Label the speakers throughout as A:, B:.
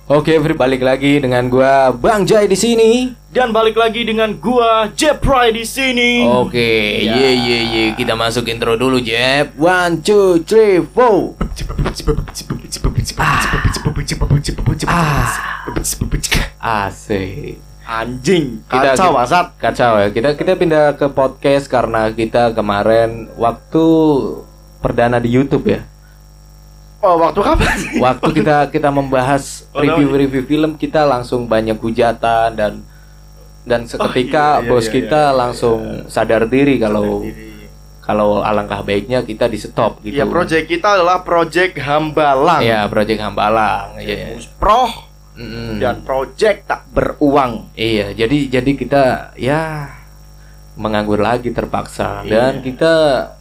A: Oke, balik lagi dengan gua Bang Jai di sini.
B: Dan balik lagi dengan gua Jepray di sini.
A: Oke,
B: Ya.
A: ye. Kita masuk intro dulu, Jep. 1, 2, 3, 4. Asik.
B: Anjing,
A: Kita-
B: kacau Asat.
A: Kacau ya. Kita pindah ke podcast karena kita kemarin waktu perdana di YouTube ya.
B: Oh, waktu kapan sih?
A: Waktu kita membahas
B: Oh,
A: review film, kita langsung banyak hujatan dan seketika
B: iya,
A: bos
B: iya,
A: kita
B: iya,
A: langsung sadar diri kalau alangkah baiknya kita di stop gitu.
B: Ya, project kita adalah project Hambalang.
A: Ya, project Hambalang. Iya.
B: Proh
A: Mm-mm.
B: dan project tak beruang.
A: Iya, jadi kita ya menganggur lagi terpaksa dan
B: Iya.
A: kita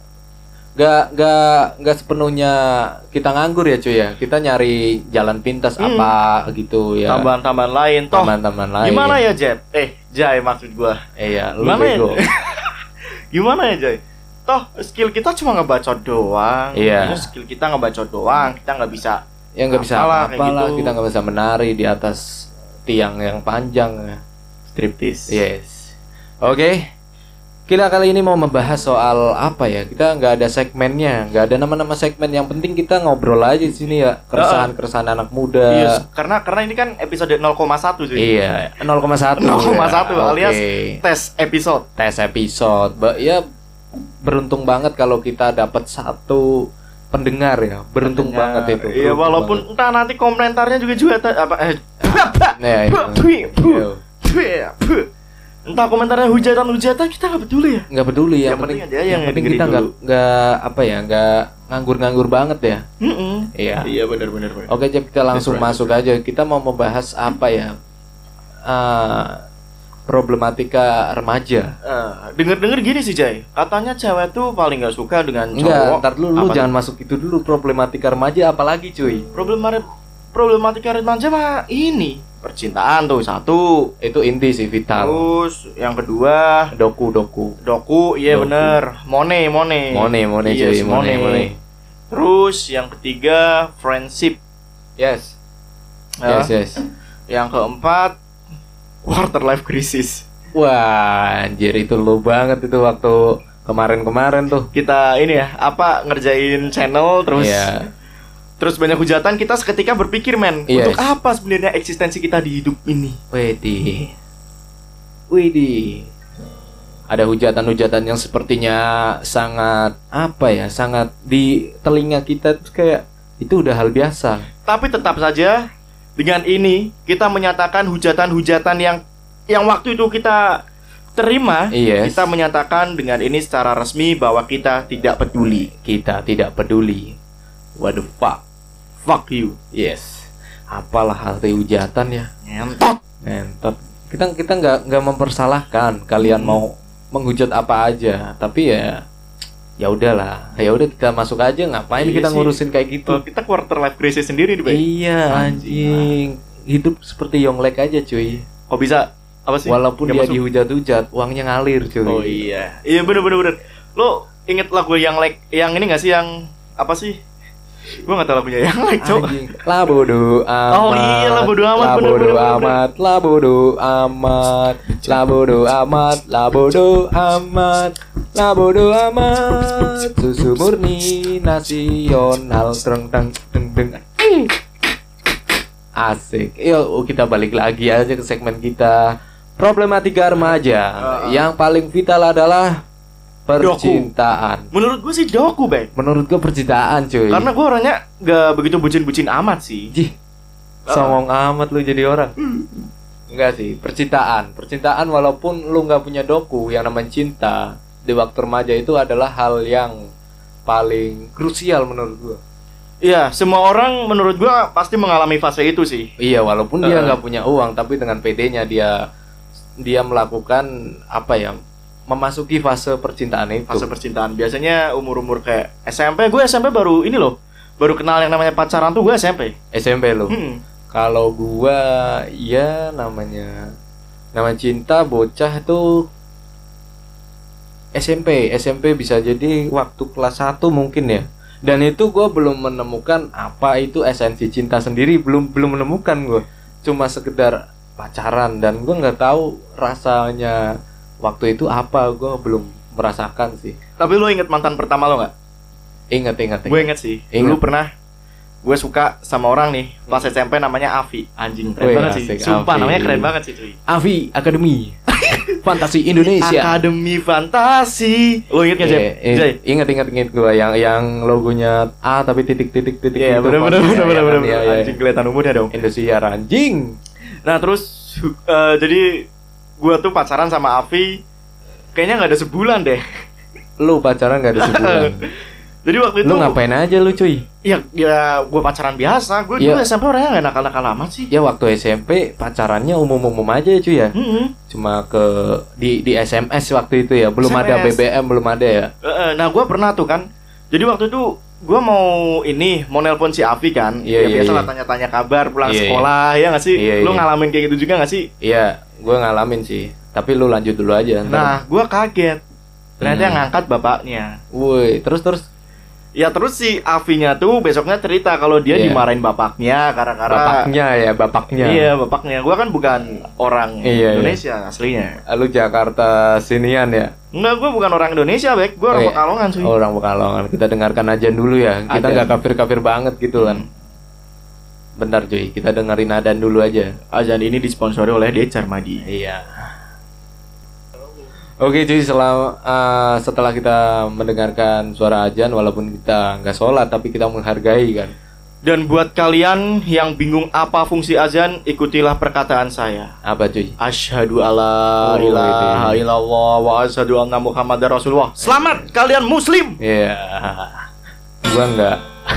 A: nggak sepenuhnya kita nganggur ya cuy ya. Kita nyari jalan pintas apa gitu ya.
B: Tambahan-tambahan lain toh.
A: Tambahan lain.
B: Gimana ya, Jep? Jai maksud gua.
A: Iya, lu
B: Gimana ya?
A: bego.
B: Gimana ya, Jai? Toh skill kita cuma ngebacot doang.
A: Iya.
B: Maksudnya skill kita ngebacot doang. Kita nggak bisa.
A: Ya nggak bisa
B: Apalah, kayak
A: apalah,
B: gitu.
A: kita nggak bisa menari di atas tiang yang panjang ya.
B: Striptease.
A: Yes. Oke. Kita kali ini mau membahas soal apa ya? Kita nggak ada segmennya, nggak ada nama-nama segmen. Yang penting kita ngobrol aja di sini ya, keresahan anak muda.
B: Iya, karena ini kan episode 0,1 cuy.
A: Iya, 0,1.
B: 0,1
A: ya.
B: alias
A: Oke.
B: tes episode.
A: Tes episode. Ya beruntung banget kalau kita dapat satu pendengar ya. Beruntung banget itu.
B: Iya,
A: beruntung
B: walaupun
A: banget.
B: entah nanti komentarnya juga
A: Ya, iya.
B: entah komentarnya hujatan kita nggak peduli ya.
A: Nggak peduli
B: Yang penting aja yang
A: penting
B: dengerin
A: kita
B: dulu.
A: nggak apa ya, nggak nganggur banget ya. Iya.
B: Iya, benar.
A: Oke, Jep, kita langsung
B: That's right.
A: masuk aja. Kita mau membahas apa ya? Problematika remaja.
B: Denger gini sih, Jay. Katanya cewek tuh paling nggak suka dengan cowok.
A: Enggak, ntar lu
B: Apa
A: jangan masuk itu dulu. Problematika remaja apalagi cuy?
B: problematika remaja mah ini percintaan tuh satu.
A: Itu inti sih, vital.
B: Terus yang kedua
A: Doku.
B: doku, iya
A: Doku.
B: bener. Mone.
A: Mone
B: Yes,
A: cuy, mone.
B: Terus yang ketiga friendship.
A: Yes.
B: Ya.
A: Yes.
B: Yang keempat quarter life crisis.
A: Wah, anjir itu lu banget itu waktu kemarin tuh.
B: Kita ini ya ngerjain channel terus
A: Iya.
B: terus banyak hujatan, kita seketika berpikir
A: Yes.
B: untuk apa sebenarnya eksistensi kita di hidup ini.
A: Widih. Ada hujatan-hujatan yang sepertinya sangat sangat di telinga kita tuh kayak itu udah hal biasa.
B: Tapi tetap saja dengan ini kita menyatakan hujatan-hujatan yang waktu itu kita terima.
A: Yes.
B: Kita menyatakan dengan ini secara resmi bahwa kita tidak peduli.
A: Kita tidak peduli. What the fuck?
B: Fuck you.
A: Yes. Apalah arti hujatan ya?
B: Ngentot.
A: Kita nggak mempersalahkan kalian mau menghujat apa aja, tapi ya udahlah. Ya udah kita masuk aja, ngapain
B: Iya
A: kita
B: sih.
A: ngurusin kayak gitu?
B: Kita quarter life crisis sendiri nih, Bay.
A: Iya, anjing. Hidup seperti Yonglek aja, cuy.
B: Kok bisa apa sih?
A: Walaupun
B: Nggak
A: dia
B: masuk?
A: dihujat-hujat, uangnya ngalir, cuy.
B: Oh iya. Iya bener. Lo inget lagu yang ini gak sih, yang apa sih? Gue gak tau lagunya yang cok.
A: Anjing. Lah bodo amat.
B: Oh iya, lah bodo amat,
A: Lah
B: bener,
A: bodo
B: bener.
A: amat. Lah bodo amat. Lah bodo amat. Lah bodo amat. Lah bodo amat. Susu murni nasional. Deng. Asik. Yuk kita balik lagi aja ke segmen kita. Problematika remaja. Yang paling vital adalah percintaan.
B: Menurut gue sih doku, Bay.
A: Menurut gue percintaan, cuy.
B: Karena gue orangnya gak begitu bucin-bucin amat sih.
A: Jih, songong amat lu jadi orang. Enggak sih, percintaan walaupun lu nggak punya doku yang namanya cinta di waktu remaja itu adalah hal yang paling krusial menurut gua.
B: Iya, semua orang menurut gue pasti mengalami fase itu sih.
A: Iya, walaupun dia nggak punya uang, tapi dengan PD-nya dia melakukan memasuki fase percintaan itu.
B: Fase percintaan biasanya umur-umur kayak SMP. Gue SMP baru ini loh, baru kenal yang namanya pacaran tuh gue SMP.
A: SMP lu. Kalau gua ya namanya cinta bocah itu SMP bisa jadi waktu kelas 1 mungkin ya. Dan itu gue belum menemukan apa itu esensi cinta sendiri, belum menemukan gue. Cuma sekedar pacaran dan gue nggak tahu rasanya waktu itu apa, gue belum merasakan sih.
B: Tapi lo inget mantan pertama lo nggak?
A: Ingat.
B: Gue inget sih. Dulu pernah gue suka sama orang nih pas SMP namanya Avi. Anjing keren banget sih. Sumpah
A: Avi.
B: namanya keren banget sih cuy.
A: Avi Academy Fantasi Indonesia.
B: Akademi Fantasi. Lo inget nggak Jay?
A: Ingat gue yang logonya A tapi titik
B: Iya
A: gitu.
B: bener.
A: Iya.
B: Anjing kelihatan umurnya dong.
A: Indosiar anjing.
B: Nah terus jadi gue tuh pacaran sama Avi kayaknya nggak ada sebulan deh.
A: Lu pacaran gak ada sebulan?
B: Jadi waktu itu
A: lu ngapain aja lu cuy?
B: Ya gue pacaran biasa. Gue
A: Ya.
B: dulu SMP orangnya nggak nakal-nakal amat sih.
A: Ya waktu SMP pacarannya umum-umum aja cuy ya. Cuma di SMS waktu itu ya. Belum ada
B: SMS.
A: BBM, belum ada ya.
B: Nah gue pernah tuh kan. Jadi waktu itu gue mau nelpon si Avi kan.
A: Iya, iya,
B: biasa lah
A: iya.
B: tanya-tanya kabar pulang
A: Iya,
B: sekolah ya nggak sih?
A: Iya,
B: Lu
A: iya.
B: ngalamin kayak gitu juga nggak sih?
A: Iya, gue ngalamin sih. Tapi lu lanjut dulu aja.
B: Nah gue kaget. Ternyata yang ngangkat bapaknya.
A: Woi, terus
B: Ya terus si Avinya tuh besoknya cerita kalau dia
A: Iya.
B: dimarahin bapaknya karena
A: bapaknya.
B: Iya bapaknya. Gua kan bukan orang
A: Iya,
B: Indonesia aslinya.
A: Lu Jakarta sinian ya?
B: Enggak, gua bukan orang Indonesia, Bek. Gua orang
A: iya.
B: Pekalongan cuy.
A: Orang Pekalongan. Kita dengarkan aja dulu ya. Kita
B: Adan.
A: nggak kafir-kafir banget gitu kan. Bentar cuy, kita dengerin adan dulu aja.
B: Azan ini disponsori oleh Decar Madi.
A: Iya. Oke cuy, setelah kita mendengarkan suara azan, walaupun kita nggak sholat tapi kita menghargai kan.
B: Dan buat kalian yang bingung apa fungsi azan, ikutilah perkataan saya.
A: Apa cuy?
B: Asyhadu alla
A: Oh,
B: ilaha
A: itu.
B: illallah wa asyhadu anna Muhammadar Rasulullah. Selamat kalian muslim.
A: Iya. Gua nggak.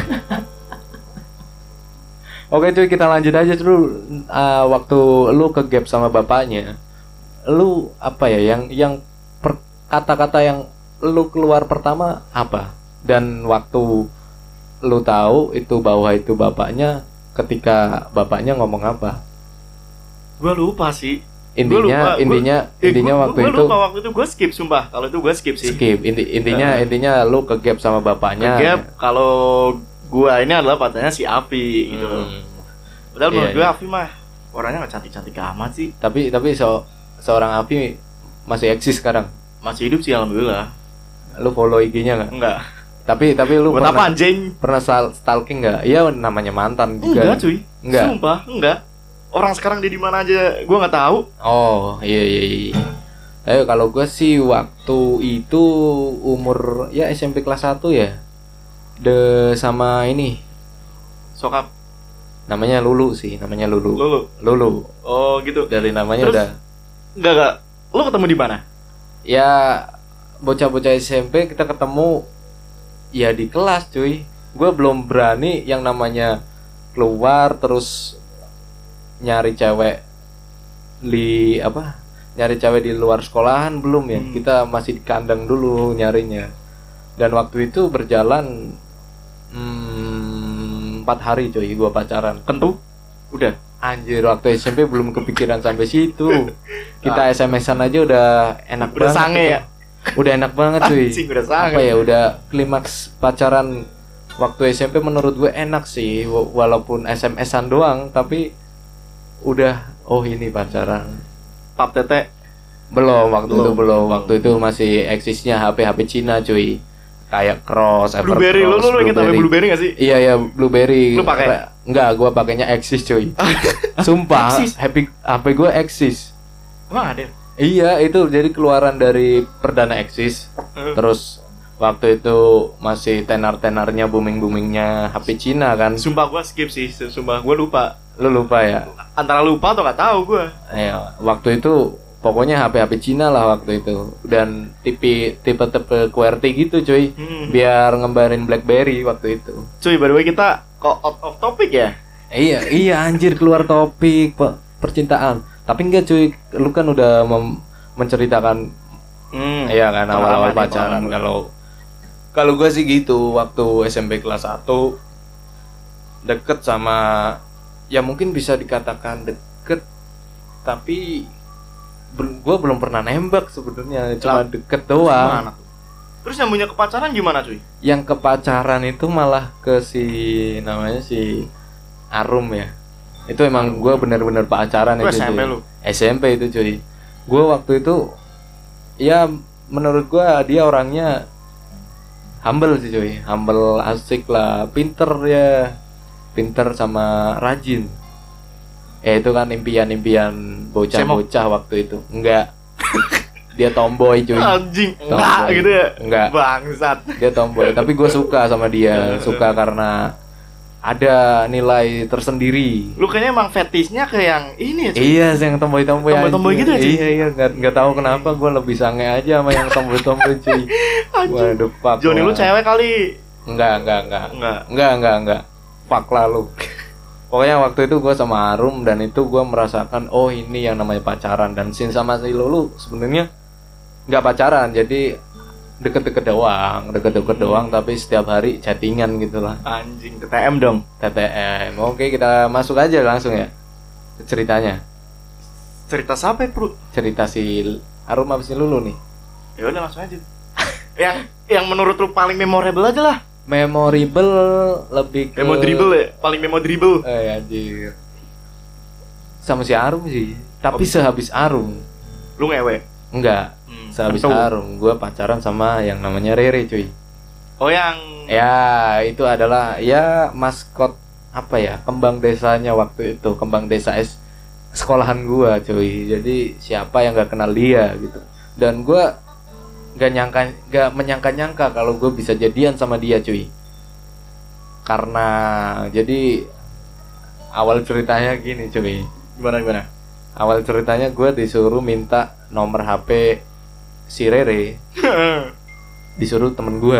A: Oke cuy, kita lanjut aja dulu. Waktu lu ke gap sama bapaknya, lu apa ya yang kata-kata yang lu keluar pertama apa? Dan waktu lu tahu itu bahwa itu bapaknya, ketika bapaknya ngomong apa?
B: Gua lupa sih.
A: Intinya waktu
B: gua
A: itu
B: lupa waktu itu gue skip sumpah. Kalau itu gue skip sih.
A: skip. Intinya lu ke gap sama bapaknya.
B: Gap kalau gua ini adalah pacarnya si Avi gitu. Padahal menurut
A: Iya,
B: gue
A: iya.
B: Avi mah orangnya nggak cantik-cantik amat sih.
A: Tapi seorang Avi masih eksis sekarang.
B: Masih hidup sih alhamdulillah.
A: Lu follow IG-nya nggak?
B: Enggak.
A: Tapi lu
B: Buat apa anjing?
A: pernah stalking nggak? Iya, namanya mantan juga.
B: Enggak cuy.
A: Enggak.
B: Sumpah enggak. Orang sekarang dia di mana aja gua nggak tahu.
A: Oh iya. Ayo kalau gue sih waktu itu umur ya SMP kelas 1 ya. Sama ini
B: Sokap
A: namanya Lulu sih, namanya Lulu.
B: Lulu. Oh gitu.
A: Dari namanya
B: Terus?
A: udah.
B: Enggak. Lu ketemu di mana?
A: Ya bocah-bocah SMP kita ketemu ya di kelas cuy. Gue belum berani yang namanya keluar terus nyari cewek di luar sekolahan belum ya. Kita masih di kandang dulu nyarinya. Dan waktu itu berjalan 4 hari cuy gue pacaran.
B: Kentu? Udah.
A: Anjir, waktu SMP belum kepikiran sampai situ. Kita SMS-an aja udah enak
B: Udah
A: banget.
B: sange ya?
A: Udah enak banget cuy.
B: Anjing, udah sange.
A: Apa ya, udah klimaks pacaran waktu SMP menurut gue enak sih. Walaupun SMS-an doang, tapi udah, oh ini pacaran.
B: Pap tete.
A: Belum, waktu itu
B: Belum.
A: belum. Waktu itu masih eksisnya HP Cina cuy. Kayak Cross,
B: Blueberry, lu inget apa Blueberry gak sih?
A: Iya Blueberry.
B: Lu pakai?
A: Enggak, gua pakainya Axis cuy. Sumpah,
B: Axis?
A: HP gua Axis.
B: Emang ada?
A: Iya, itu jadi keluaran dari perdana Axis. Terus waktu itu masih tenar-tenarnya booming-boomingnya HP Cina kan.
B: Sumpah gua skip sih, sumpah gua lupa.
A: Lu lupa ya?
B: Antara lupa atau nggak tahu gua.
A: Iya, waktu itu pokoknya HP Cina lah waktu itu. Dan tipe QWERTY gitu cuy. Biar ngembarin BlackBerry waktu itu.
B: Cuy, by the way kita kok out of topic ya?
A: Iya anjir, keluar topik percintaan. Tapi enggak cuy, lu kan udah menceritakan iya kan awal-awal pacaran. Kalau gue sih gitu, waktu SMP kelas 1 deket sama, ya mungkin bisa dikatakan deket, tapi gue belum pernah nembak sebenarnya, cuma deket doang.
B: Mana tuh? Terus nyambungnya ke pacaran gimana cuy?
A: Yang ke pacaran itu malah ke si namanya si Arum ya. Itu emang gue bener-bener pacaran
B: Itu
A: itu
B: SMP
A: cuy.
B: lu?
A: SMP itu cuy. Gue waktu itu ya menurut gue dia orangnya humble sih cuy. Humble, asik lah, pinter ya. Pinter sama rajin. Itu kan impian-impian bocah-bocah waktu itu. Enggak. Dia tomboy cuy.
B: Anjing, enggak
A: Tomboy.
B: gitu ya?
A: Enggak.
B: Bangsat.
A: Dia tomboy, tapi gue suka sama dia. Suka karena ada nilai tersendiri.
B: Lu kayaknya emang fetishnya ke yang ini ya cuy?
A: Iya, yang tomboy-tomboy aja.
B: Tomboy-tomboy gitu ya, cuy?
A: Iya, nggak tahu kenapa gue lebih sange aja sama yang tomboy-tomboy cuy. Waduh, fuck.
B: Johnny lu
A: lah.
B: cewek kali?
A: Enggak. Fuck lah lu. Pokoknya waktu itu gue sama Arum dan itu gue merasakan oh ini yang namanya pacaran. Dan Sin sama si Lulu sebenarnya nggak pacaran, jadi deket-deket doang tapi setiap hari chattingan gitu lah.
B: Anjing, TTM dong.
A: TTM. Oke, kita masuk aja langsung ya ke ceritanya.
B: Cerita siapa ya, Bro?
A: Cerita si Arum apa si Lulu nih?
B: Ya udah langsung aja. yang menurut lu paling memorable aja lah.
A: Memorable lebih ke
B: Memorable ya, paling memorable.
A: Anjir. Sama si Arum sih. Tapi sehabis Arum.
B: Lu ngewe?
A: Enggak. Sehabis
B: tentu.
A: Arum gue pacaran sama yang namanya Rere cuy.
B: Oh yang
A: Ya, itu adalah ya maskot apa ya? Kembang desanya waktu itu, kembang desa sekolahan gua cuy. Jadi siapa yang nggak kenal dia gitu. Dan gua nggak menyangka kalau gue bisa jadian sama dia cuy. Karena jadi awal ceritanya gini cuy.
B: gimana?
A: Awal ceritanya gue disuruh minta nomor HP si Rere, disuruh temen gue.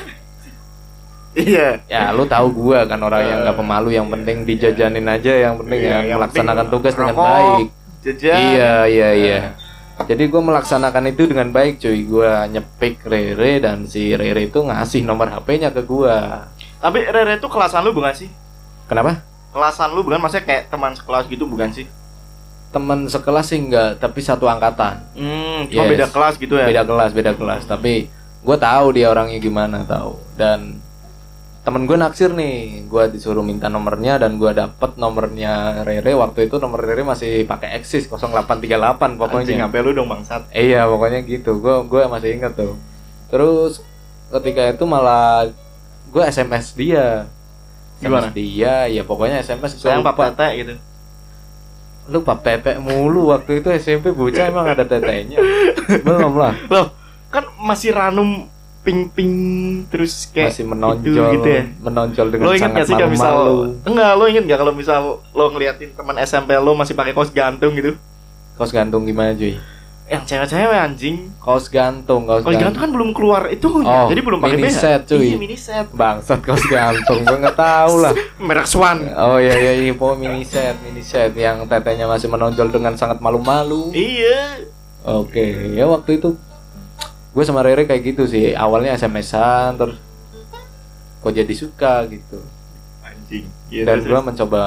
B: Iya.
A: Ya lu tahu gue kan orang yang nggak pemalu, yang penting dijajanin aja, yang penting
B: Iya, yang
A: melaksanakan
B: penting
A: tugas dengan
B: rokok,
A: baik.
B: Jajan.
A: Iya. Jadi gue melaksanakan itu dengan baik cuy. Gue nyepik Rere dan si Rere itu ngasih nomor HP-nya ke gue.
B: Tapi Rere itu kelasan lu bukan sih?
A: Kenapa?
B: Kelasan lu bukan, maksudnya kayak teman sekelas gitu bukan sih?
A: Teman sekelas sih enggak, tapi satu angkatan.
B: Cuma
A: Yes.
B: beda kelas gitu ya?
A: Beda kelas. Tapi gue tahu dia orangnya gimana, tahu. Dan temen gue naksir nih, gue disuruh minta nomornya dan gue dapet nomornya Rere. Waktu itu nomor Rere masih pakai Axis 0838
B: Anjing,
A: pokoknya.
B: HP lu dong bangsat.
A: Iya pokoknya gitu. Gue masih inget tuh. Terus ketika itu malah gue SMS dia.
B: Gimana?
A: SMS dia, ya pokoknya SMS gue
B: Sayang
A: lupa.
B: pap tete gitu.
A: Lu pap tete mulu waktu itu SMP bocah emang ada tetenya. Belum lah.
B: Loh, kan masih ranum ping-ping terus kayak
A: Masih menonjol
B: gitu ya.
A: menonjol dengan
B: Lo inget
A: sangat
B: gak sih kalau misal
A: malu-malu.
B: enggak, lo inget gak kalau misal lo ngeliatin teman SMP lo masih pakai kaos gantung gitu?
A: Kaos gantung gimana cuy?
B: Yang cewek-cewek anjing.
A: Kaos gantung
B: Kaos gantung kan belum keluar itu,
A: Oh,
B: jadi belum pakai
A: mini
B: BH.
A: set, cuy.
B: Iya, mini set.
A: Bangsat kaos gantung, gue nggak tahu lah.
B: Merek Swan.
A: Oh iya pokoknya mini set yang tetenya masih menonjol dengan sangat malu-malu.
B: Iya.
A: Oke, ya waktu itu gue sama Rere kayak gitu sih. Awalnya SMS-an, terus kok jadi suka gitu.
B: Anjing.
A: Dan gue mencoba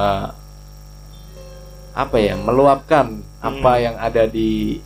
A: apa ya, meluapkan apa yang ada di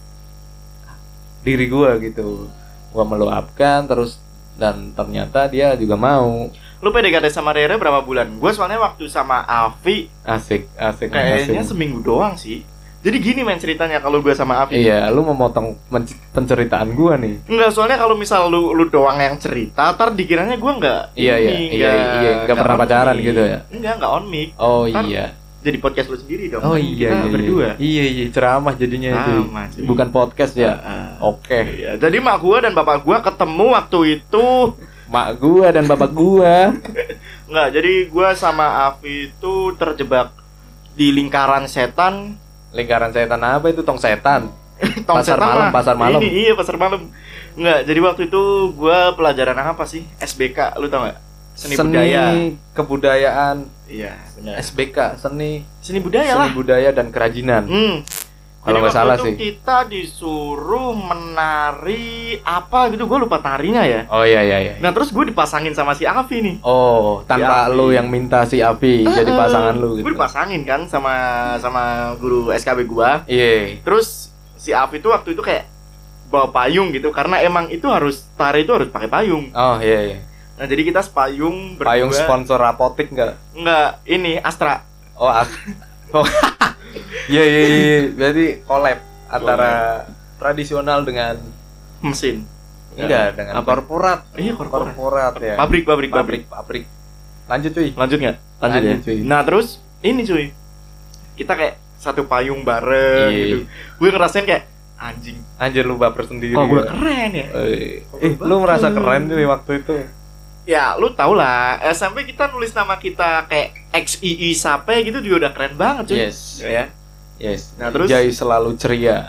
A: diri gue gitu. Gue meluapkan terus dan ternyata dia juga mau.
B: Lu PDKT sama Rere berapa bulan? Gue soalnya waktu sama Avi
A: Asik
B: kayaknya seminggu doang sih. Jadi gini men ceritanya kalau gue sama Avi.
A: Iya, lu memotong penceritaan gua nih.
B: Enggak, soalnya kalau misal lu doang yang cerita, ntar dikiranya gue enggak.
A: Enggak pernah pacaran gitu ya.
B: Enggak on mic.
A: Oh
B: Ntar
A: iya.
B: Jadi podcast lu sendiri dong.
A: Oh
B: Kan
A: iya,
B: kita berdua.
A: Iya, ceramah jadinya itu.
B: Ceramah, cuy.
A: Bukan podcast ya. Oke.
B: Iya, jadi mak gue dan bapak gue ketemu waktu itu.
A: Mak gua dan bapak gua.
B: Enggak, jadi gue sama Avi itu terjebak di lingkaran setan.
A: Lingkaran setan apa itu? Tong setan.
B: Tong
A: Pasar
B: setan
A: malam,
B: lah.
A: pasar malam.
B: Iya, pasar malam. Enggak, jadi waktu itu gue pelajaran apa sih? SBK, lu tau gak? Seni budaya.
A: Kebudayaan.
B: Iya, benar.
A: SBK, seni
B: budaya lah.
A: Seni budaya dan kerajinan. Kalau
B: Jadi
A: nggak salah
B: waktu itu
A: sih.
B: kita disuruh menari apa gitu, gue lupa tarinya ya.
A: Oh iya.
B: Nah terus gue dipasangin sama si Avi nih.
A: Oh, tanpa
B: Si Avi.
A: lu yang minta si Avi jadi pasangan lu gitu.
B: Gue dipasangin kan sama guru SKB gue.
A: Iya.
B: Terus si Avi tuh waktu itu kayak bawa payung gitu karena emang itu harus tari itu harus pakai payung.
A: Oh iya.
B: Nah jadi kita sepayung berdua.
A: Payung sponsor apotik nggak?
B: Enggak, ini Astra.
A: Oh, oh. Iya. Berarti collab antara tradisional dengan
B: mesin.
A: Enggak, dengan
B: apa?
A: korporat.
B: Iya,
A: Korporat ya.
B: Pabrik.
A: Lanjut cuy.
B: Lanjut nggak? Lanjut ya.
A: Cuy.
B: Nah terus ini cuy, kita kayak satu payung bareng gitu. Gue ngerasain kayak anjir
A: Lu baper sendiri.
B: kok gue keren ya.
A: Lu merasa keren tuh waktu itu.
B: Ya lu tau lah, SMP kita nulis nama kita kayak XII Sape gitu juga udah keren banget cuy.
A: Yes.
B: Ya.
A: Yes.
B: Nah, terus
A: Jai selalu ceria.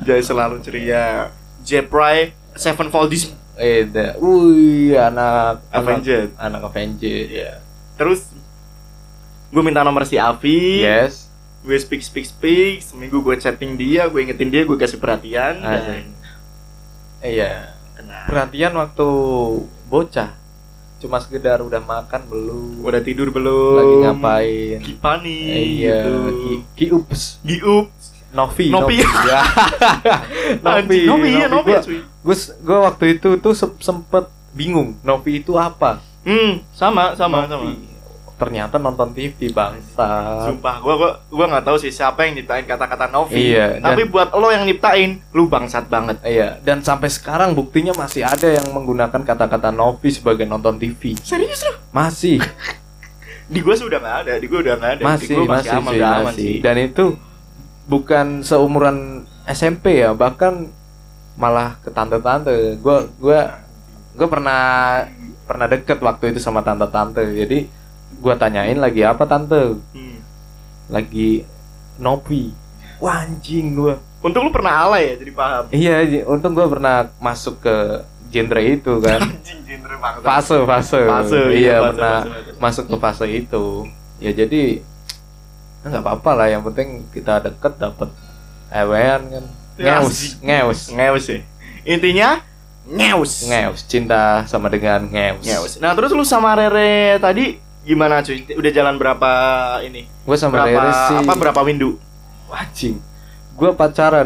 B: Jepray Sevenfoldis
A: anak
B: Avenged.
A: Anak Avenged.
B: Ya. Terus gue minta nomor si Avi.
A: Yes.
B: Gue speak. Seminggu gue chatting dia, gue ingetin dia, gue kasih perhatian. Dan...
A: Iya.
B: Kena.
A: Perhatian waktu bocah. Cuma sekedar udah makan belum?
B: Udah tidur belum?
A: Lagi ngapain?
B: Kipani.
A: Iya.
B: Gitu.
A: Giups.
B: Novi.
A: Ya.
B: Novi ya cuy.
A: Gue waktu itu tuh sempet bingung. Novi itu apa?
B: Sama.
A: Ternyata nonton TV bangsa.
B: Sumpah, gua nggak tahu sih siapa yang nyiptain kata-kata Novi.
A: Iya.
B: Tapi buat lo yang nyiptain, lu bangsat banget.
A: Iya. Dan sampai sekarang buktinya masih ada yang menggunakan kata-kata Novi sebagai nonton TV.
B: Serius lu?
A: Masih.
B: Di gua sudah nggak ada.
A: Masih.
B: Aman sih.
A: Dan itu bukan seumuran SMP ya, bahkan malah ke tante-tante. Gue pernah deket waktu itu sama tante-tante. Jadi gue tanyain lagi apa tante? Lagi Novi. Wah anjing gue.
B: Untung lu pernah alay ya, jadi paham.
A: Iya, untung gue pernah masuk ke genre itu kan.
B: Anjing genre banget.
A: Fase. Iya, pernah
B: fase.
A: masuk ke fase itu. Ya jadi nggak apa-apa lah, yang penting kita deket dapet ewean kan. Ngeus
B: ya. Intinya ngeus.
A: Cinta sama dengan ngeus.
B: Nah terus lu sama Rere tadi gimana cuy? Udah jalan berapa ini?
A: Gue sama Rere sih
B: berapa windu?
A: Wajing. Gue pacaran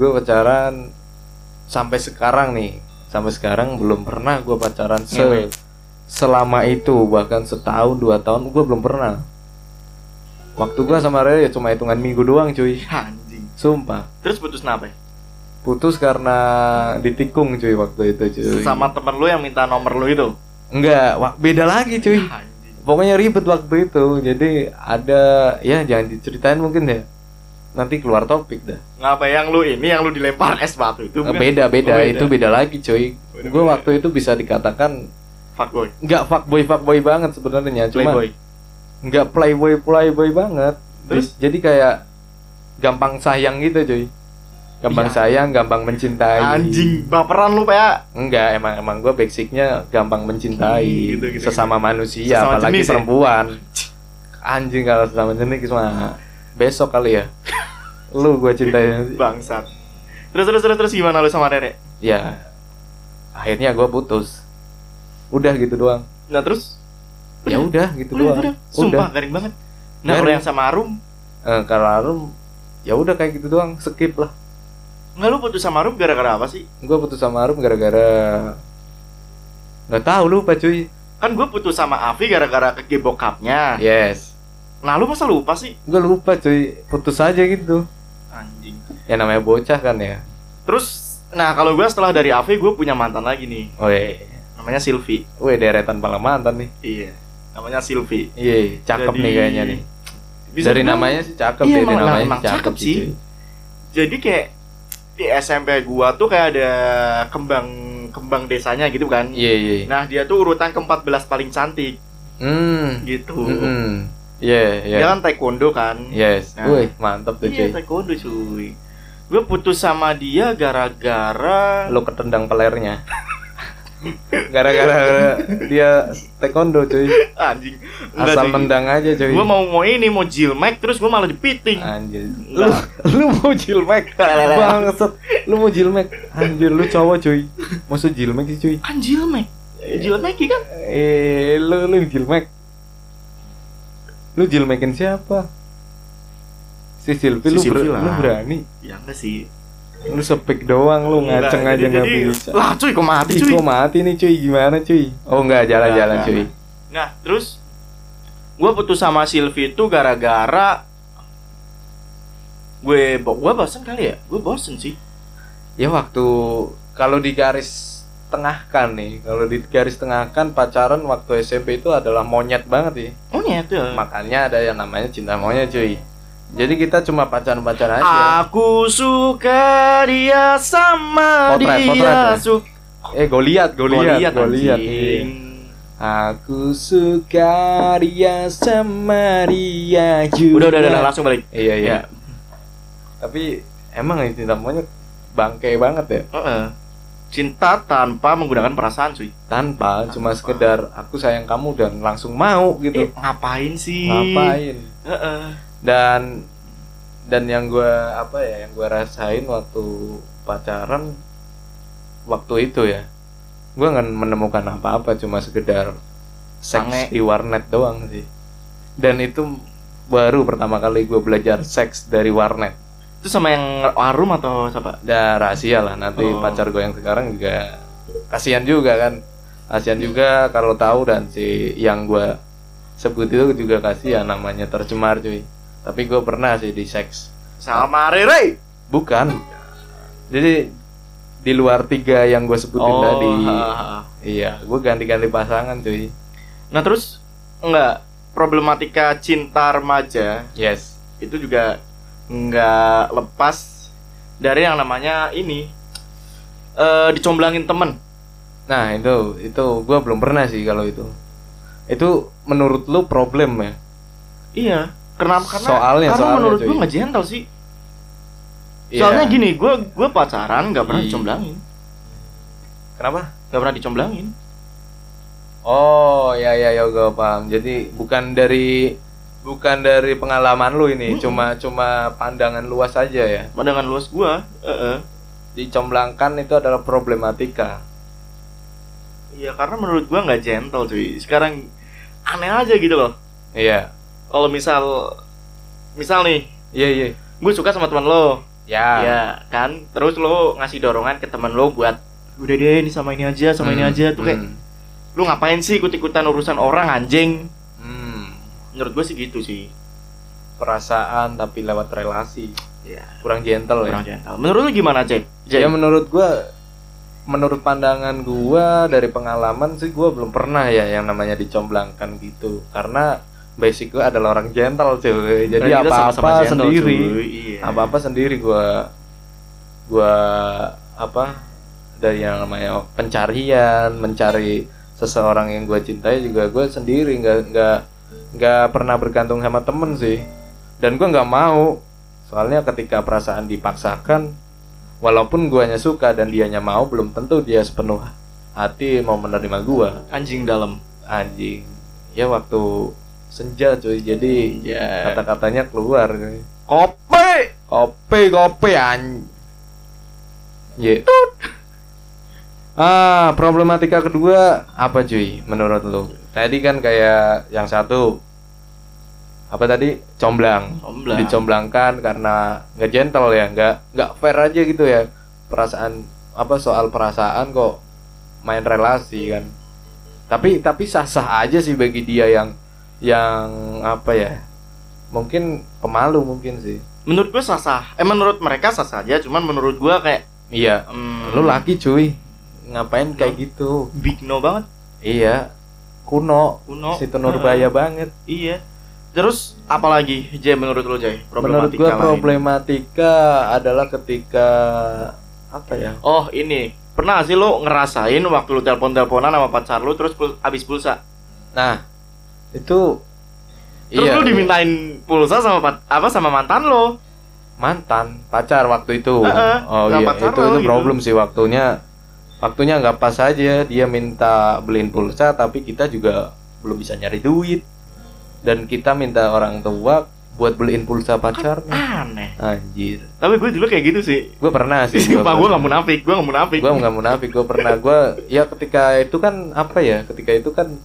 A: sampai sekarang nih. Sampai sekarang belum pernah gue pacaran selama itu, bahkan setahun 2 tahun gue belum pernah. Waktu gue sama Rere ya cuma hitungan minggu doang cuy.
B: Anjing.
A: Sumpah.
B: Terus putus kenapa?
A: Putus karena ditikung cuy waktu itu cuy.
B: Sama temen lu yang minta nomor lu itu?
A: Enggak, beda lagi cuy.
B: Anjing.
A: Pokoknya ribet waktu itu. Jadi ada, ya jangan diceritain mungkin ya. Nanti keluar topik dah.
B: Ngapa yang lu dilempar es batu itu?
A: Beda. Itu beda lagi cuy. Gue waktu itu bisa dikatakan
B: fuckboy.
A: Enggak fuckboy banget sebenarnya, cuma
B: playboy.
A: Enggak playboy banget. Terus jadi kayak gampang sayang gitu cuy. Gampang sayang, gampang mencintai.
B: Anjing, baperan lu ya?
A: Enggak, emang gue basicnya gampang mencintai
B: gitu.
A: sesama manusia,
B: Sesama
A: apalagi
B: jenis,
A: perempuan. Anjing, kalau sesama jenis mah besok kali ya. Lu gue cintai.
B: Bangsat. Terus gimana lu sama Rere?
A: Ya, akhirnya gue putus. Udah gitu doang.
B: Nah terus?
A: Ya udah gitu doang.
B: Sumpah garing banget. Nah kalau yang sama Arum?
A: Kalau Arum, ya udah kayak gitu doang, skip lah.
B: Nggak, lu putus sama Arum gara-gara apa sih?
A: Gue putus sama Arum gara-gara nggak tahu, lupa cuy.
B: Kan gue putus sama Avi gara-gara ke bokapnya.
A: Yes.
B: Nah lu masa lupa sih?
A: Gue lupa cuy, putus aja gitu.
B: Anjing.
A: Ya namanya bocah kan ya.
B: Terus, nah kalau gue setelah dari Avi gue punya mantan lagi nih.
A: Weh.
B: Namanya Silvi.
A: Weh, deretan pala mantan nih.
B: Iya. Namanya Silvi.
A: Iya, cakep
B: Jadi,
A: nih kayaknya nih. Dari namanya sih cakep,
B: iya,
A: dari namanya
B: emang cakep sih.
A: Cuy.
B: Jadi kayak di SMP gua tuh kayak ada kembang desanya gitu kan.
A: Iya.
B: Nah, dia tuh urutan ke-14 paling cantik. Gitu.
A: Iya.
B: Dia kan taekwondo kan.
A: Yes.
B: Nah,
A: wih, mantap tuh cuy.
B: Iya, taekwondo cuy. Gue putus sama dia gara-gara
A: lo ketendang pelernya. Gara-gara dia taekwondo cuy.
B: Anjing.
A: Asal mendang aja cuy.
B: Gue mau jilmek terus gue malah dipiting.
A: Anjir. Lu mau jilmek? Bangsat. Lu mau jilmek? Anjir, lu cowok cuy. Maksud jilmek sih cuy?
B: Kan jilmek. Jilmek kan?
A: Lu jilmek. Lu jilmekin siapa? Si Silvi, lu berani?
B: Ya enggak sih.
A: Lu sepik doang lu, ngaceng
B: Enggak,
A: aja nggak
B: jadi,
A: bisa.
B: lah cuy kok mati
A: Ih,
B: cuy.
A: kok mati nih cuy, gimana cuy? Oh enggak, jalan-jalan
B: Enggak,
A: cuy.
B: Nah terus gue putus sama Silvi itu gara-gara gue bosen kali ya. Gue bosen sih.
A: Ya waktu kalau di garis tengahkan nih, kalau di garis tengahkan pacaran waktu SMP itu adalah monyet banget ya.
B: Oh nyet ya.
A: Makanya ada yang namanya cinta monyet cuy. Jadi kita cuma pacaran-pacaran aja.
B: Aku suka dia sama
A: Potret
B: dia.
A: ya. Goliat.
B: Anjing.
A: Aku suka dia sama dia juga.
B: Udah langsung balik.
A: Iya.
B: Ya.
A: Tapi emang ini cinta monyet bangke banget ya.
B: Cinta tanpa menggunakan perasaan cuy.
A: Cuma sekedar aku sayang kamu dan langsung mau gitu.
B: Ngapain sih?
A: Ngapain? Dan yang gue rasain waktu pacaran waktu itu ya, gue nggak menemukan apa-apa, cuma sekedar seks di warnet doang sih. Dan itu baru pertama kali gue belajar seks dari warnet.
B: Itu sama yang warung atau siapa?
A: Udah rahasia lah, nanti pacar gue yang sekarang juga kasihan juga kan, kalau tahu, dan si yang gue sebut itu juga kasihan, namanya tercemar cuy. Tapi gue pernah sih di seks
B: sama Rere.
A: bukan, jadi di luar 3 yang gue sebutin tadi. Iya, gue ganti-ganti pasangan cuy.
B: Nah terus enggak, problematika cinta remaja
A: Yes.
B: itu juga enggak lepas dari yang namanya ini dicomblangin temen.
A: Nah itu gue belum pernah sih kalau itu. Itu menurut lu problem ya?
B: Iya. Karena
A: soalnya
B: menurut
A: cuy,
B: gue nggak gentle sih.
A: Iya.
B: Soalnya gini, gue pacaran nggak pernah dicomblangin.
A: Kenapa?
B: Nggak pernah dicomblangin.
A: Oh ya gue paham. Jadi bukan dari pengalaman lu ini, cuma pandangan luas aja ya.
B: Pandangan luas gue.
A: Dicomblangkan itu adalah problematika.
B: Iya, karena menurut gue nggak gentle cuy. Sekarang aneh aja gitu loh.
A: Iya.
B: Kalau misal nih,
A: Iya.
B: gue suka sama teman lo,
A: Ya.
B: ya kan, terus lo ngasih dorongan ke teman lo buat udah deh ini sama ini aja tuh kayak lo ngapain sih ikut-ikutan urusan orang anjing. Menurut gue sih gitu sih.
A: Perasaan tapi lewat relasi.
B: Ya,
A: Kurang gentle
B: kurang
A: ya.
B: gentle. Menurut lo gimana, Jack?
A: Ya menurut pandangan gua dari pengalaman sih, gua belum pernah ya yang namanya dicomblangkan gitu. Karena basic gue adalah orang gentle cuy. Jadi apa-apa sendiri.
B: Iya.
A: Apa-apa sendiri gua dari yang namanya pencarian, mencari seseorang yang gue cintai juga gue sendiri, nggak pernah bergantung sama temen sih. Dan gue nggak mau, soalnya ketika perasaan dipaksakan, walaupun guanya suka dan dianya mau, belum tentu dia sepenuh hati mau menerima gua.
B: Anjing dalam.
A: Anjing. Ya waktu senja cuy, jadi kata-katanya keluar. Kopi anjing. Problematika kedua apa cuy menurut lu? Tadi kan kayak yang satu apa tadi, comblang. Dicomblangkan karena nggak gentle ya, nggak fair aja gitu ya. Soal perasaan kok main relasi kan. Tapi sah-sah aja sih bagi dia yang apa ya, mungkin pemalu mungkin sih.
B: Menurut gue sah-sah. Menurut mereka sah-sah aja, cuman menurut gue kayak
A: iya, lu laki cuy, ngapain kayak gitu?
B: Big no banget.
A: Iya, kuno. Situ Nurbaya banget.
B: Iya. Terus apalagi Jay menurut lo Jay?
A: Menurut gue problematika adalah ketika apa ya?
B: Oh ini, pernah sih lo ngerasain waktu lo telepon-teleponan sama pacar lo terus habis pulsa?
A: Nah, itu
B: terus lo dimintain pulsa sama mantan lo?
A: Mantan pacar waktu itu. Oh iya, itu problem gitu. Sih waktunya nggak pas aja. Dia minta beliin pulsa tapi kita juga belum bisa nyari duit. Dan kita minta orang tua buat beliin pulsa pacarnya.
B: Aneh.
A: Anjir.
B: Tapi gue dulu kayak gitu sih.
A: Gue pernah sih.
B: Gue nggak munafik.
A: Gue pernah. Ya ketika itu kan apa ya? Ketika itu kan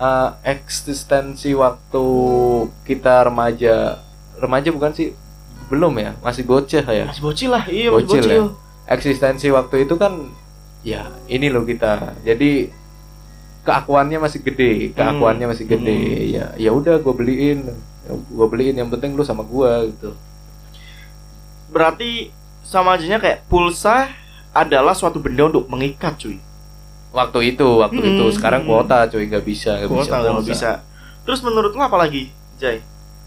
A: eksistensi waktu kita remaja bukan sih? belum ya, masih bocah ya.
B: Masih bocil lah, iya masih bocil.
A: Ya. Eksistensi waktu itu kan ya ini loh kita. Jadi keakuannya masih gede, Ya udah gue beliin. Yang penting lu sama gue gitu.
B: Berarti sama aja kayak pulsa adalah suatu benda untuk mengikat cuy.
A: Waktu itu sekarang kuota cuy, nggak bisa.
B: Terus menurut lo apa lagi, Jay?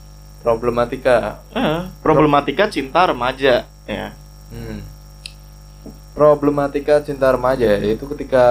B: Problematika cinta remaja ya.
A: Problematika cinta remaja itu ketika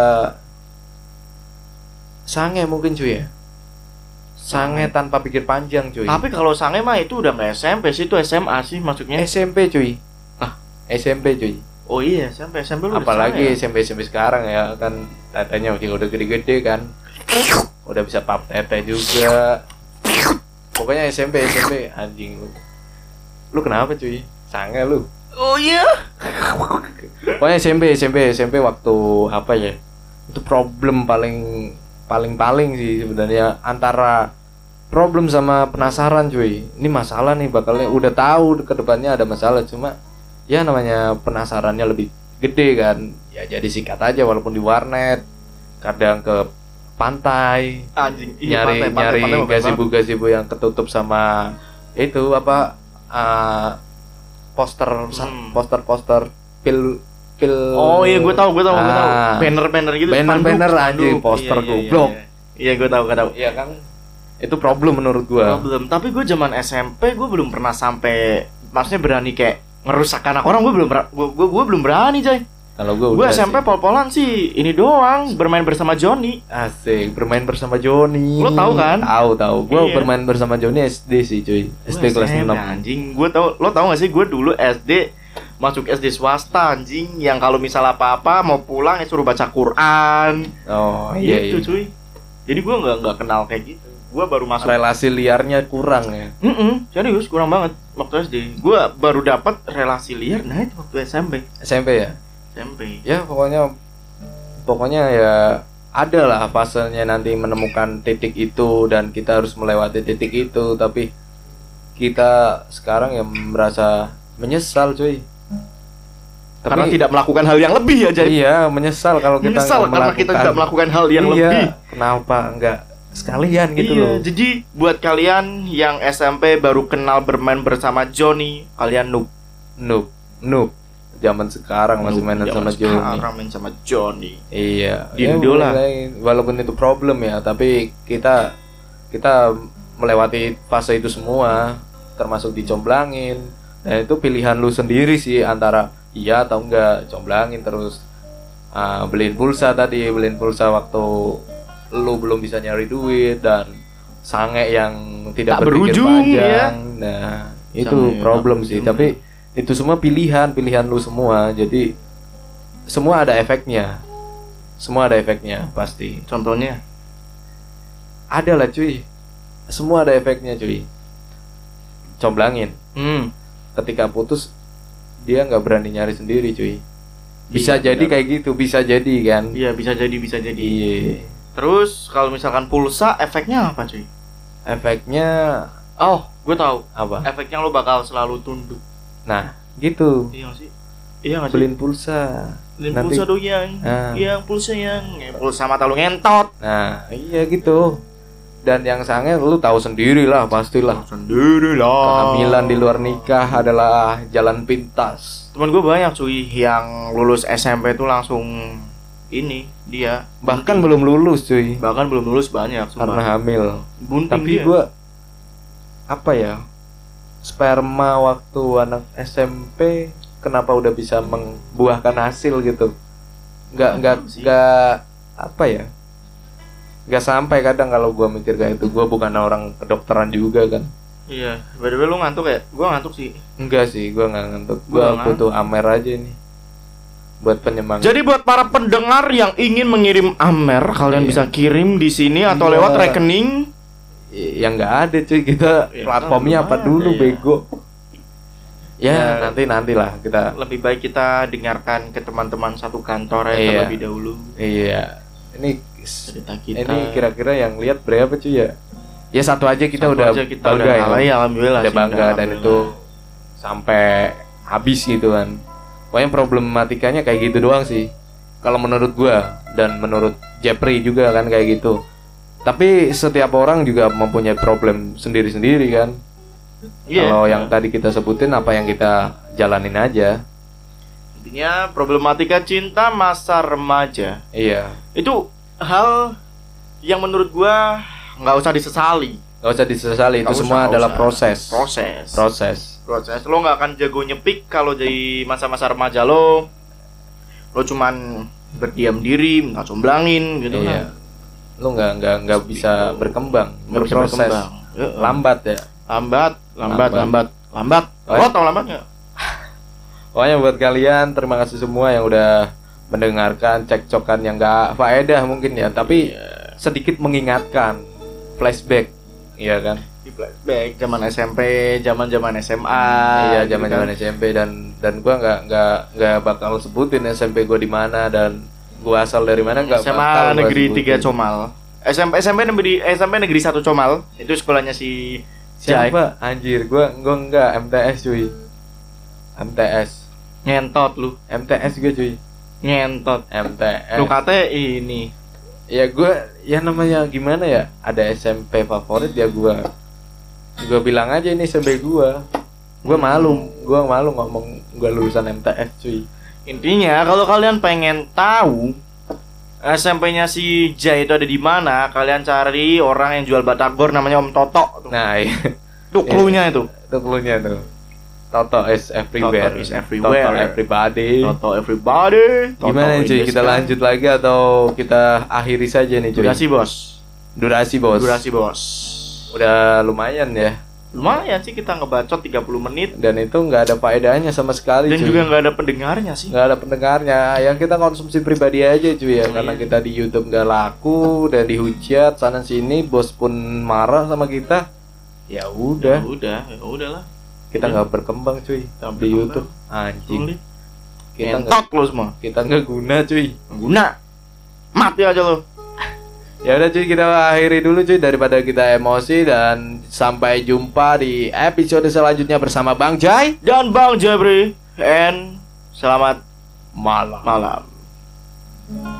A: sange mungkin cuy ya. Sange tanpa pikir panjang cuy.
B: Tapi kalau sange mah itu udah nggak SMP sih, itu SMA sih maksudnya.
A: SMP cuy. SMP cuy.
B: Oh iya, SMP lu
A: apalagi ya? SMP sekarang ya kan tetenya udah gede-gede kan. Udah bisa pap tete juga. Pokoknya SMP anjing lu. Lu kenapa cuy? Sange lu.
B: Oh iya.
A: Pokoknya SMP waktu apa ya? Itu problem paling sih sebenarnya, antara problem sama penasaran cuy. Ini masalah nih bakalnya, udah tahu ke depannya ada masalah, cuma ya namanya penasarannya lebih gede kan. Ya jadi sikat aja walaupun di warnet, kadang ke pantai,
B: anjing,
A: nyari gazebo yang ketutup sama itu apa poster pil.
B: Oh iya, gue tahu. Banner gitu.
A: Banner aja, poster goblok.
B: Iya, gue tahu.
A: Iya kan, itu problem menurut gue.
B: Tapi gue zaman SMP gue belum pernah sampai, maksudnya berani kayak ngerusak anak orang. Gue belum berani, Jay.
A: Kalau gue
B: SMP pol-polan sih ini doang, bermain bersama Johnny.
A: Asik, bermain bersama Johnny.
B: Lo tahu kan?
A: Tahu. Gue bermain bersama Johnny SD sih, cuy. SD kelas 6.
B: Anjing, gue tahu. Lo tahu enggak sih, gue dulu SD masuk SD swasta anjing, yang kalau misal apa-apa mau pulang ya suruh baca Quran.
A: Oh iya.
B: Itu cuy. Jadi gue nggak kenal kayak gitu. Gue baru masuk.
A: Relasi liarnya kurang ya.
B: Serius kurang banget waktu SD. Gue baru dapat relasi liar nah itu waktu SMP.
A: SMP ya. Ya pokoknya ya ada lah fasenya nanti menemukan titik itu dan kita harus melewati titik itu, tapi kita sekarang yang merasa menyesal cuy.
B: Karena tidak melakukan hal yang lebih aja.
A: Iya, menyesal kalau kita
B: karena kita tidak melakukan hal yang lebih.
A: Kenapa enggak sekalian gitu loh.
B: Jadi buat kalian yang SMP baru kenal bermain bersama Johnny, kalian noob.
A: Zaman sekarang masih main
B: sama Johnny.
A: Iya.
B: Dindo lah.
A: Walaupun itu problem ya, tapi kita melewati fase itu semua, termasuk dicomblangin. Dan itu pilihan lu sendiri sih, antara iya atau enggak, comblangin terus beliin pulsa waktu lu belum bisa nyari duit, dan sange yang tidak berpikir panjang. Nah, itu problem sih. Tapi itu semua pilihan lu semua. Jadi semua ada efeknya pasti.
B: Contohnya
A: ada lah cuy, semua ada efeknya cuy. Comblangin ketika putus dia nggak berani nyari sendiri cuy. Bisa jadi kayak gitu, bisa jadi kan.
B: Iya, bisa jadi.
A: Iya.
B: Terus kalau misalkan pulsa, efeknya apa cuy?
A: Efeknya
B: gue tahu.
A: Apa?
B: Efeknya lo bakal selalu tunduk.
A: Nah, gitu.
B: Iya nggak sih?
A: Beliin pulsa.
B: Pulsa dong yang pulsa pulsa mata lu ngentot.
A: Nah, iya gitu. Dan yang sange lu tahu sendiri lah, pastilah. Kehamilan di luar nikah adalah jalan pintas.
B: Temen gue banyak cuy yang lulus SMP tuh langsung ini dia.
A: Bahkan belum lulus cuy.
B: Banyak.
A: Karena hamil.
B: Bunting.
A: Tapi gue apa ya? Sperma waktu anak SMP kenapa udah bisa membuahkan hasil gitu? Nggak apa ya? Nggak sampai kadang kalau gue mikir kayak itu. Gue bukan orang kedokteran juga kan.
B: Iya. By the way lu ngantuk ya? Gue ngantuk sih.
A: Enggak sih, gue nggak ngantuk. Gue butuh amer aja nih buat penyemangat.
B: Jadi buat para pendengar yang ingin mengirim amer, kalian bisa kirim di sini atau lewat rekening.
A: Yang nggak ada cuy, kita platformnya apa dulu bego. Ya nantilah kita.
B: Lebih baik kita dengarkan ke teman-teman satu kantor terlebih dahulu.
A: Iya. Ini
B: cerita kita.
A: Ini kira-kira yang lihat berapa cuy ya? Ya satu aja kita udah
B: bangga ya.
A: Alhamdulillah. Udah bangga dan itu sampai habis gitu kan. Pokoknya problematikanya kayak gitu doang sih kalau menurut gua, dan menurut Jeffrey juga kan kayak gitu. Tapi setiap orang juga mempunyai problem sendiri-sendiri kan. Kalau yang tadi kita sebutin apa yang kita jalanin aja.
B: Intinya problematika cinta masa remaja.
A: Iya.
B: Itu hal yang menurut gua nggak usah disesali.
A: Gak usah disesali, itu semua adalah proses. Lo
B: nggak akan jago nyepik kalau jadi masa-masa remaja lo cuman berdiam diri, minta comblangin gitu
A: iya.
B: kan.
A: Lo nggak bisa berkembang, berproses. Lambat ya.
B: Lambat.
A: Oh,
B: Lo tau lambat nggak?
A: Pokoknya buat kalian terima kasih semua yang udah mendengarkan cekcokan yang nggak faedah mungkin ya, tapi sedikit mengingatkan, flashback, iya kan?
B: Di flashback zaman SMP, zaman SMA.
A: Iya,
B: gitu
A: zaman
B: kan.
A: SMP dan gua nggak bakal sebutin SMP gua di mana dan gua asal dari mana, nggak bakal
B: SMA
A: gua
B: negeri
A: sebutin.
B: 3 Comal. SMP negeri 1 Comal. Itu sekolahnya si Jai.
A: Siapa? Anjir, gua nggak MTS cuy. MTS.
B: Ngentot lu.
A: MTS gue cuy.
B: Ngentot.
A: MTS.
B: Lu kata ini.
A: Ya gue, ya namanya gimana ya? Ada SMP favorit ya gue bilang aja ini SMP gue. Gue malu ngomong gue lulusan MTS cuy.
B: Intinya kalau kalian pengen tahu SMP-nya si Jai itu ada di mana, kalian cari orang yang jual batagor namanya Om Toto.
A: Nah, iya.
B: Itu cluenya itu.
A: Itu cluenya tuh. Toto is everywhere.
B: Toto is everywhere.
A: Toto everybody.
B: Toto everybody. Toto
A: Gimana nih cuy?
B: in the
A: Kita
B: sky.
A: lanjut lagi atau kita akhiri saja nih cuy?
B: Durasi bos.
A: Durasi bos. Udah lumayan ya.
B: Lumayan sih kita ngebacot 30 menit.
A: Dan itu nggak ada faedahnya sama sekali
B: Dan
A: cuy.
B: juga nggak ada pendengarnya sih.
A: Nggak ada pendengarnya. Yang kita konsumsi pribadi aja cuy ya. Karena kita di YouTube nggak laku dan dihujat sana sini, bos pun marah sama kita. Ya udah.
B: Ya udahlah.
A: Kita nggak berkembang cuy
B: Kita
A: di
B: berkembang.
A: YouTube. Anjing. Kita
B: Entot lo semua.
A: kita nggak guna cuy.
B: Guna. Mati aja lo.
A: Ya udah cuy, kita akhiri dulu cuy daripada kita emosi, dan sampai jumpa di episode selanjutnya bersama Bang Jai
B: Dan Bang Jabri. And selamat
A: malam.
B: malam.